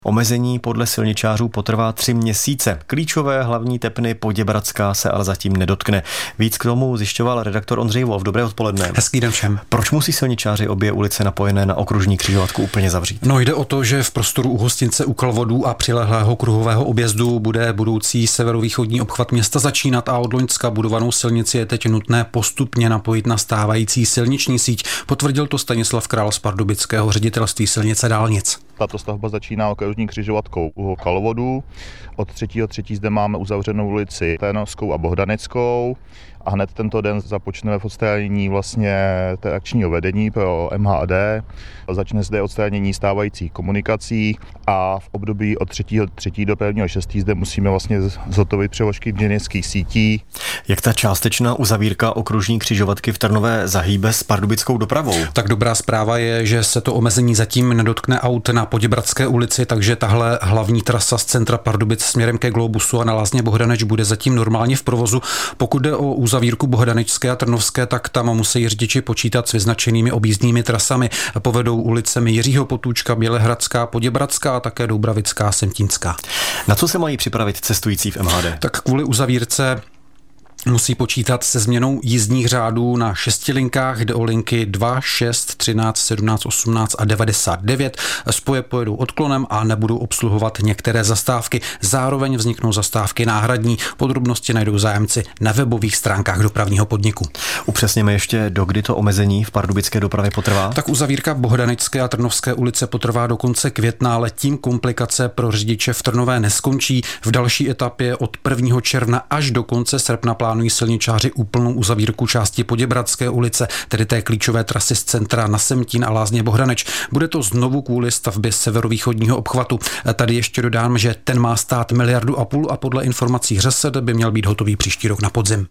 Omezení podle silničářů potrvá 3 měsíce. Klíčové hlavní tepny Poděbradská se ale zatím nedotkne. Víc k tomu zjišťoval redaktor Ondřej Wolf. Dobré odpoledne. Hezký den všem. Proč musí silničáři obě ulice napojené na okružní křižovatku úplně zavřít? No, jde o to, že v prostoru u hostince u Kalvodů a přilehlého kruhového objezdu bude budoucí severovýchodní obchvat města začínat a od loňska budovanou silnici je teď nutné postupně napojit na stávající silniční síť. Potvrdil to Stanislav Král z Pardubického ředitelství silnice dálnic. Tato stavba začíná okružní křižovatkou u Kalvodů. Od 3.3. zde máme uzavřenou ulici Ténovskou a Bohdaneckou a hned tento den započneme v odstranění vlastně té akčního vedení pro MHD. Začne zde odstranění stávajících komunikací a v období od 3.3. do 1.6. zde musíme vlastně zhotovit přeložky inženýrských sítí. Jak ta částečná uzavírka okružní křižovatky v Trnové zahýbe s pardubickou dopravou? Tak dobrá zpráva je, že se to omezení zatím nedotkne aut na Poděbradské ulici, takže tahle hlavní trasa z centra Pardubic směrem ke Globusu a na Lázně Bohdaneč bude zatím normálně v provozu. Pokud jde o uzavírku Bohdanečské a Trnovské, tak tam musí řidiči počítat s vyznačenými objízdnými trasami. Povedou ulicemi Jiřího Potůčka, Bělehradská, Poděbradská a také Doubravická, Semtínská. Na co se mají připravit cestující v MHD? Tak kvůli uzavírce musí počítat se změnou jízdních řádů na 6 linkách, jde o linky 2, 6, 13, 17, 18 a 99. Spoje pojedou odklonem a nebudou obsluhovat některé zastávky. Zároveň vzniknou zastávky náhradní. Podrobnosti najdou zájemci na webových stránkách dopravního podniku. Upřesněme ještě, dokdy to omezení v pardubické dopravě potrvá? Tak uzavírka Bohdanečské a Trnovské ulice potrvá do konce května, ale tím komplikace pro řidiče v Trnové neskončí. V další etapě od 1. června až do konce srpna plánují silničáři úplnou uzavírku části Poděbradské ulice, tedy té klíčové trasy z centra na Semtín a Lázně Bohdaneč. Bude to znovu kvůli stavbě severovýchodního obchvatu. Tady ještě dodám, že ten má stát 1,5 miliardy a podle informací ŘSD by měl být hotový příští rok na podzim.